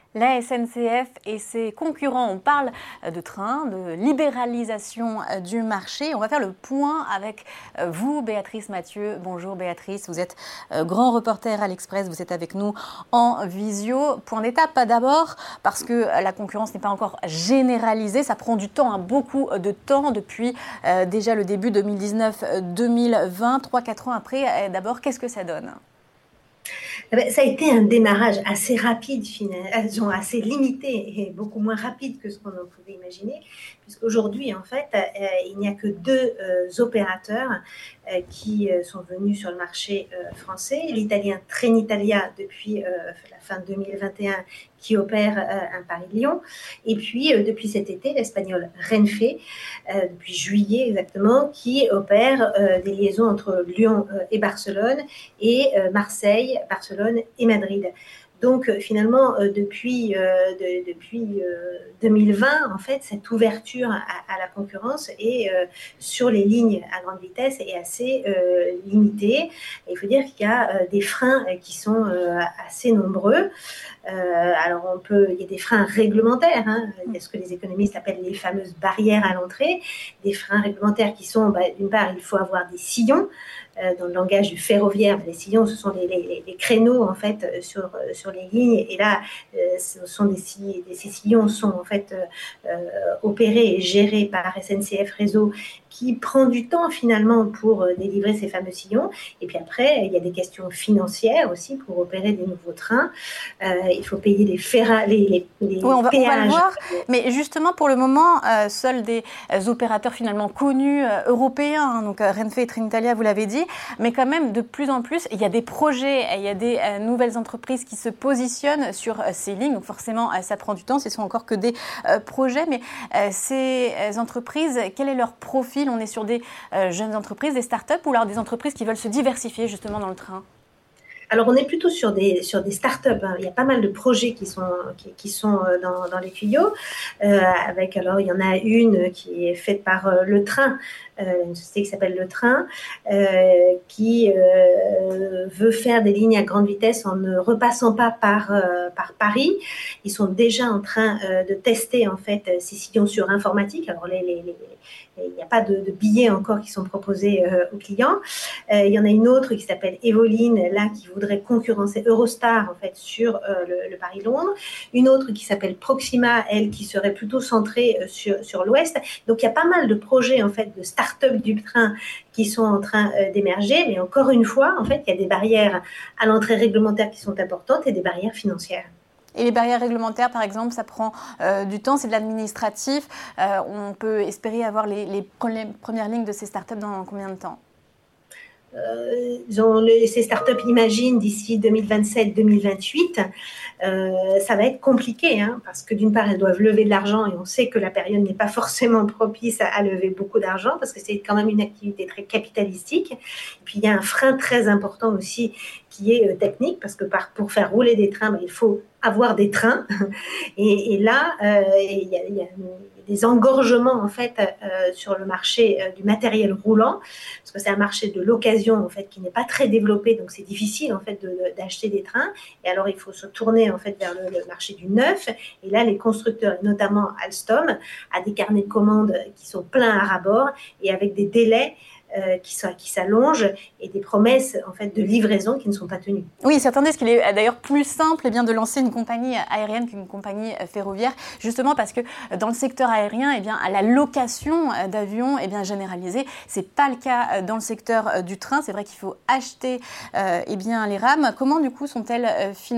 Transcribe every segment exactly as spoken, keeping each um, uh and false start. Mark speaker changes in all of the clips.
Speaker 1: La S N C F et ses concurrents, on parle de train, de libéralisation du marché. On va faire le point avec vous, Béatrice Mathieu. Bonjour Béatrice, vous êtes grand reporter à l'Express, vous êtes avec nous en visio. Point d'étape d'abord, parce que la concurrence n'est pas encore généralisée, ça prend du temps, hein, beaucoup de temps depuis euh, déjà le début deux mille dix-neuf deux mille vingt, trois quatre ans après. D'abord, qu'est-ce que ça donne ?
Speaker 2: Ça a été un démarrage assez rapide, finalement, assez limité et beaucoup moins rapide que ce qu'on en pouvait imaginer, puisqu'aujourd'hui, en fait, euh, il n'y a que deux euh, opérateurs euh, qui euh, sont venus sur le marché euh, français. L'italien Trenitalia depuis euh, la fin deux mille vingt et un, qui opère euh, un Paris-Lyon, et puis euh, depuis cet été, l'espagnol Renfe, euh, depuis juillet exactement, qui opère euh, des liaisons entre Lyon euh, et Barcelone, et euh, Marseille, Barcelone et Madrid. Donc finalement, euh, depuis, euh, de, depuis euh, deux mille vingt, en fait, cette ouverture à, à la concurrence est, euh, sur les lignes à grande vitesse est assez euh, limitée. Et il faut dire qu'il y a euh, des freins qui sont euh, assez nombreux. Euh, alors on peut, il y a des freins réglementaires, hein, il y a ce que les économistes appellent les fameuses barrières à l'entrée, des freins réglementaires qui sont, bah, d'une part, il faut avoir des sillons. Euh, dans le langage du ferroviaire, les sillons, ce sont les, les, les créneaux en fait sur, sur les lignes, et là, euh, ce sont des, des, ces sillons sont en fait euh, opérés et gérés par S N C F Réseau, qui prend du temps finalement pour euh, délivrer ces fameux sillons. Et puis après, il y a des questions financières aussi pour opérer des nouveaux trains. Euh, il faut payer les, ferra, les, les, les
Speaker 1: oui, on va,
Speaker 2: péages.
Speaker 1: On va le voir, mais justement pour le moment, euh, seuls des euh, opérateurs finalement connus euh, européens, hein, donc euh, Renfe et Trenitalia, vous l'avez dit, mais quand même de plus en plus, il y a des projets, il y a des euh, nouvelles entreprises qui se positionnent sur euh, ces lignes, donc forcément euh, ça prend du temps, ce ne sont encore que des euh, projets, mais euh, ces euh, entreprises, quel est leur profil ? On est sur des euh, jeunes entreprises, des startups, ou alors des entreprises qui veulent se diversifier justement dans le train ?
Speaker 2: Alors, on est plutôt sur des, sur des startups. Hein. Il y a pas mal de projets qui sont, qui, qui sont dans, dans les tuyaux. Euh, avec, alors, il y en a une qui est faite par euh, Le Train, euh, une société qui s'appelle Le Train, euh, qui euh, veut faire des lignes à grande vitesse en ne repassant pas par, euh, par Paris. Ils sont déjà en train euh, de tester, en fait, ces sillons sur informatique. Alors, les, les, les il n'y a pas de, de billets encore qui sont proposés euh, aux clients. Euh, il y en a une autre qui s'appelle Evoline, là, qui voudrait concurrencer Eurostar, en fait, sur euh, le, le Paris-Londres. Une autre qui s'appelle Proxima, elle, qui serait plutôt centrée euh, sur, sur l'Ouest. Donc, il y a pas mal de projets, en fait, de start-up du train qui sont en train euh, d'émerger. Mais encore une fois, en fait, il y a des barrières à l'entrée réglementaire qui sont importantes et des barrières financières.
Speaker 1: Et les barrières réglementaires, par exemple, ça prend euh, du temps, c'est de l'administratif. Euh, on peut espérer avoir les, les premières lignes de ces startups dans combien de temps ?
Speaker 2: Euh, les, ces startups imaginent d'ici deux mille vingt-sept deux mille vingt-huit, euh, ça va être compliqué, hein, parce que d'une part, elles doivent lever de l'argent, et on sait que la période n'est pas forcément propice à, à lever beaucoup d'argent, parce que c'est quand même une activité très capitalistique. Et puis, il y a un frein très important aussi qui est euh, technique, parce que par, pour faire rouler des trains, ben, il faut avoir des trains. Et, et là, euh, il y a, il y a des engorgements en fait euh, sur le marché euh, du matériel roulant, parce que c'est un marché de l'occasion en fait qui n'est pas très développé, donc c'est difficile en fait de, de, d'acheter des trains. Et alors il faut se tourner en fait vers le, le marché du neuf. Et là, les constructeurs, notamment Alstom, a des carnets de commandes qui sont pleins à ras-bord et avec des délais Euh, qui, sont, qui s'allongent et des promesses en fait, de livraison qui ne sont pas tenues.
Speaker 1: Oui, certains disent qu'il est d'ailleurs plus simple eh bien, de lancer une compagnie aérienne qu'une compagnie ferroviaire, justement parce que dans le secteur aérien, eh bien, la location d'avions est bien généralisée. Ce n'est pas le cas dans le secteur du train. C'est vrai qu'il faut acheter euh, eh bien, les rames. Comment du coup sont-elles financées ?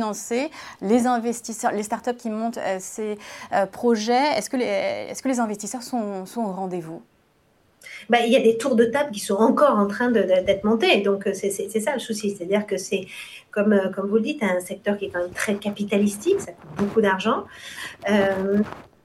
Speaker 1: Les investisseurs, les startups qui montent euh, ces euh, projets, est-ce que les, est-ce que les investisseurs sont, sont au rendez-vous ?
Speaker 2: Ben, il y a des tours de table qui sont encore en train de, de, d'être montés. Donc, c'est, c'est, c'est ça le souci. C'est-à-dire que c'est, comme, comme vous le dites, un secteur qui est quand même très capitalistique. Ça coûte beaucoup d'argent. Euh,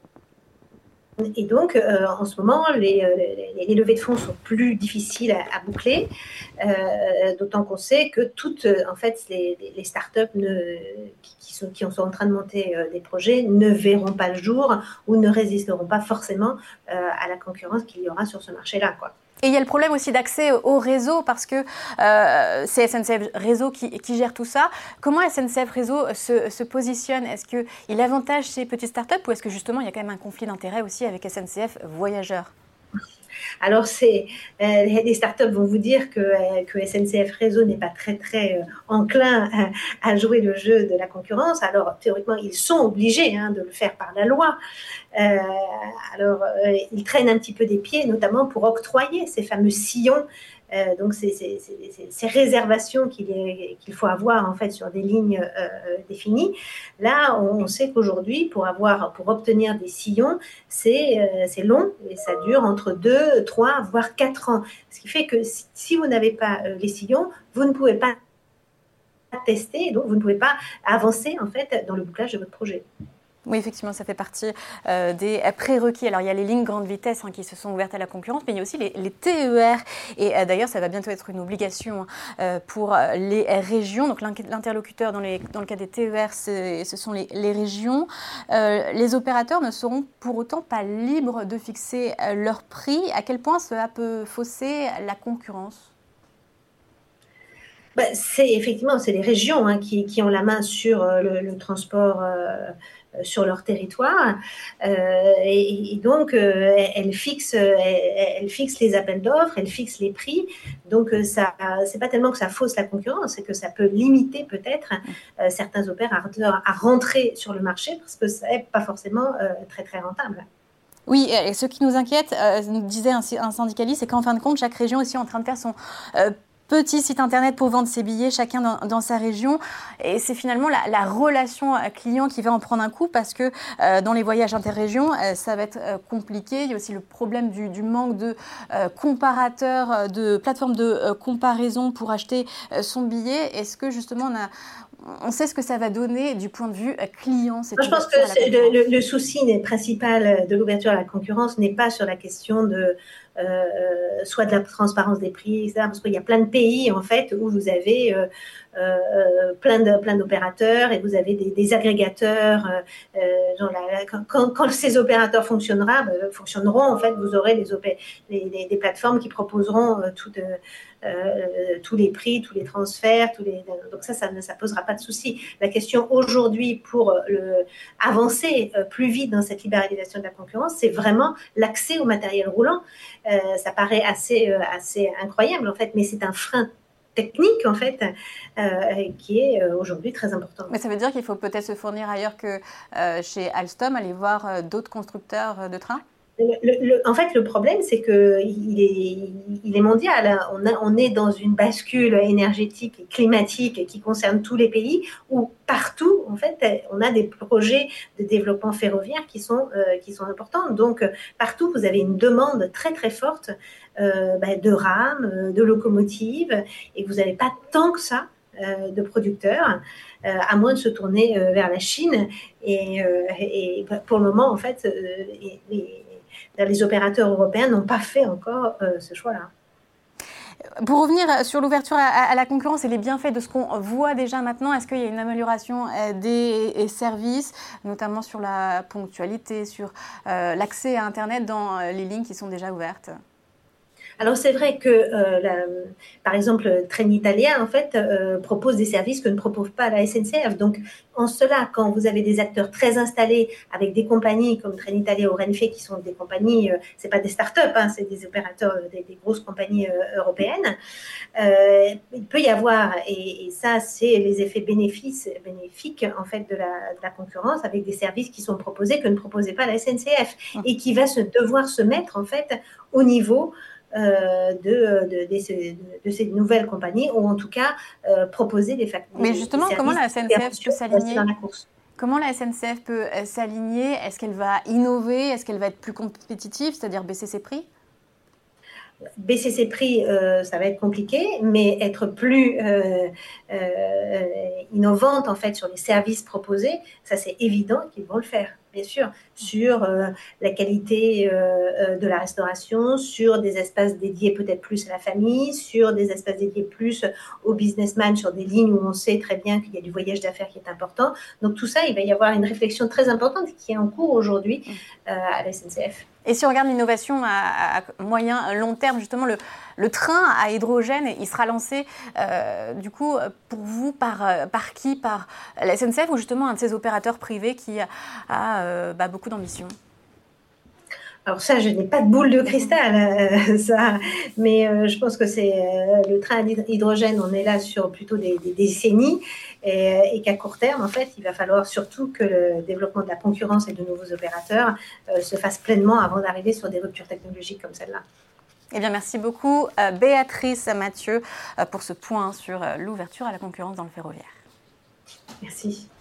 Speaker 2: Et donc, euh, en ce moment, les, les, les levées de fonds sont plus difficiles à, à boucler, euh, d'autant qu'on sait que toutes, en fait, les, les startups ne, qui, qui, sont, qui sont en train de monter euh, des projets ne verront pas le jour ou ne résisteront pas forcément euh, à la concurrence qu'il y aura sur ce marché-là, quoi.
Speaker 1: Et il y a le problème aussi d'accès au réseau parce que euh, c'est S N C F Réseau qui, qui gère tout ça. Comment S N C F Réseau se, se positionne? Est-ce qu'il avantage ces petites startups ou est-ce que justement il y a quand même un conflit d'intérêts aussi avec S N C F Voyageurs?
Speaker 2: Alors, c'est, euh, les startups vont vous dire que, euh, que S N C F Réseau n'est pas très, très euh, enclin à, à jouer le jeu de la concurrence. Alors, théoriquement, ils sont obligés hein, de le faire par la loi. Euh, alors, euh, ils traînent un petit peu des pieds, notamment pour octroyer ces fameux sillons. Euh, donc, c'est ces réservations qu'il qu'il faut avoir en fait sur des lignes euh, définies. Là, on, on sait qu'aujourd'hui, pour avoir, pour obtenir des sillons, c'est euh, long et ça dure entre deux, trois, voire quatre ans. Ce qui fait que si, si vous n'avez pas euh, les sillons, vous ne pouvez pas tester, et donc vous ne pouvez pas avancer en fait dans le bouclage de votre projet.
Speaker 1: Oui, effectivement, ça fait partie euh, des prérequis. Alors, il y a les lignes grande vitesse hein, qui se sont ouvertes à la concurrence, mais il y a aussi les, les T E R. Et euh, d'ailleurs, ça va bientôt être une obligation euh, pour les régions. Donc, l'interlocuteur dans, dans le cas des T E R, ce sont les, les régions. Euh, les opérateurs ne seront pour autant pas libres de fixer euh, leur prix. À quel point cela peut fausser la concurrence ?
Speaker 2: Ben, c'est effectivement, c'est les régions hein, qui, qui ont la main sur euh, le, le transport euh, sur leur territoire euh, et, et donc euh, elles fixent, elles, elles fixent les appels d'offres, elles fixent les prix. Donc ça, c'est pas tellement que ça fausse la concurrence, c'est que ça peut limiter peut-être euh, certains opérateurs à rentrer sur le marché parce que ça n'est pas forcément euh, très très rentable.
Speaker 1: Oui, et ce qui nous inquiète, euh, nous disait un, un syndicaliste, c'est qu'en fin de compte, chaque région est aussi en train de faire son euh, petit site internet pour vendre ses billets, chacun dans, dans sa région. Et c'est finalement la, la relation client qui va en prendre un coup parce que euh, dans les voyages interrégions, euh, ça va être euh, compliqué. Il y a aussi le problème du, du manque de euh, comparateurs, de plateformes de euh, comparaison pour acheter euh, son billet. Est-ce que justement on a... On sait ce que ça va donner du point de vue client.
Speaker 2: Moi, je pense que le, le, le souci principal de l'ouverture à la concurrence n'est pas sur la question de euh, soit de la transparence des prix, et cetera, parce qu'il y a plein de pays en fait où vous avez euh, euh, plein de plein d'opérateurs et vous avez des, des agrégateurs. Euh, genre la, quand, quand ces opérateurs fonctionnera, ben, fonctionneront en fait, vous aurez les, opé les, les des plateformes qui proposeront euh, tout de, Euh, tous les prix, tous les transferts, tous les... donc ça, ça ne ça posera pas de souci. La question aujourd'hui pour le, avancer plus vite dans cette libéralisation de la concurrence, c'est vraiment l'accès au matériel roulant. Euh, ça paraît assez, assez incroyable en fait, mais c'est un frein technique en fait euh, qui est aujourd'hui très important.
Speaker 1: Mais ça veut dire qu'il faut peut-être se fournir ailleurs que euh, chez Alstom, aller voir euh, d'autres constructeurs de trains?
Speaker 2: Le, le, en fait, le problème, c'est qu'il est, il est mondial. On, a, on est dans une bascule énergétique et climatique qui concerne tous les pays, où partout, en fait, on a des projets de développement ferroviaire qui sont, euh, qui sont importants. Donc, partout, vous avez une demande très, très forte euh, bah, de rames, de locomotives, et vous n'avez pas tant que ça euh, de producteurs, euh, à moins de se tourner euh, vers la Chine. Et, euh, et pour le moment, en fait, euh, et, et, les opérateurs européens n'ont pas fait encore euh, ce choix-là.
Speaker 1: Pour revenir sur l'ouverture à, à la concurrence et les bienfaits de ce qu'on voit déjà maintenant, est-ce qu'il y a une amélioration des services, notamment sur la ponctualité, sur euh, l'accès à Internet dans les lignes qui sont déjà ouvertes ?
Speaker 2: Alors c'est vrai que, euh, la, par exemple, Trenitalia en fait euh, propose des services que ne propose pas la S N C F. Donc en cela, quand vous avez des acteurs très installés avec des compagnies comme Trenitalia ou Renfe qui sont des compagnies, euh, c'est pas des startups, hein, c'est des opérateurs, des, des grosses compagnies euh, européennes. Euh, il peut y avoir, et, et ça c'est les effets bénéfices, bénéfiques en fait de la, de la concurrence avec des services qui sont proposés que ne proposait pas la S N C F et qui va se devoir se mettre en fait au niveau Euh, de, de, de, ces, de ces nouvelles compagnies ou en tout cas euh, proposer des facteurs.
Speaker 1: Mais justement, comment la S N C F peut s'aligner ? Comment la S N C F peut s'aligner ? Est-ce qu'elle va innover ? Est-ce qu'elle va être plus compétitive, c'est-à-dire baisser ses prix ?
Speaker 2: Baisser ses prix, euh, ça va être compliqué, mais être plus euh, euh, innovante en fait sur les services proposés, ça c'est évident qu'ils vont le faire, bien sûr, sur euh, la qualité euh, de la restauration, sur des espaces dédiés peut-être plus à la famille, sur des espaces dédiés plus aux businessmen, sur des lignes où on sait très bien qu'il y a du voyage d'affaires qui est important. Donc tout ça, il va y avoir une réflexion très importante qui est en cours aujourd'hui euh, à la S N C F.
Speaker 1: Et si on regarde l'innovation à, à moyen, long terme, justement, le, le train à hydrogène, il sera lancé, euh, du coup, pour vous, par, par qui? Par la S N C F ou justement un de ces opérateurs privés qui a, a euh, bah, beaucoup d'ambition?
Speaker 2: Alors ça, je n'ai pas de boule de cristal, euh, ça, mais euh, je pense que c'est euh, le train à hydrogène, on est là sur plutôt des, des décennies, et, et qu'à court terme, en fait, il va falloir surtout que le développement de la concurrence et de nouveaux opérateurs euh, se fasse pleinement avant d'arriver sur des ruptures technologiques comme celle-là.
Speaker 1: Eh bien, merci beaucoup, euh, Béatrice Mathieu, euh, pour ce point sur euh, l'ouverture à la concurrence dans le ferroviaire.
Speaker 2: Merci.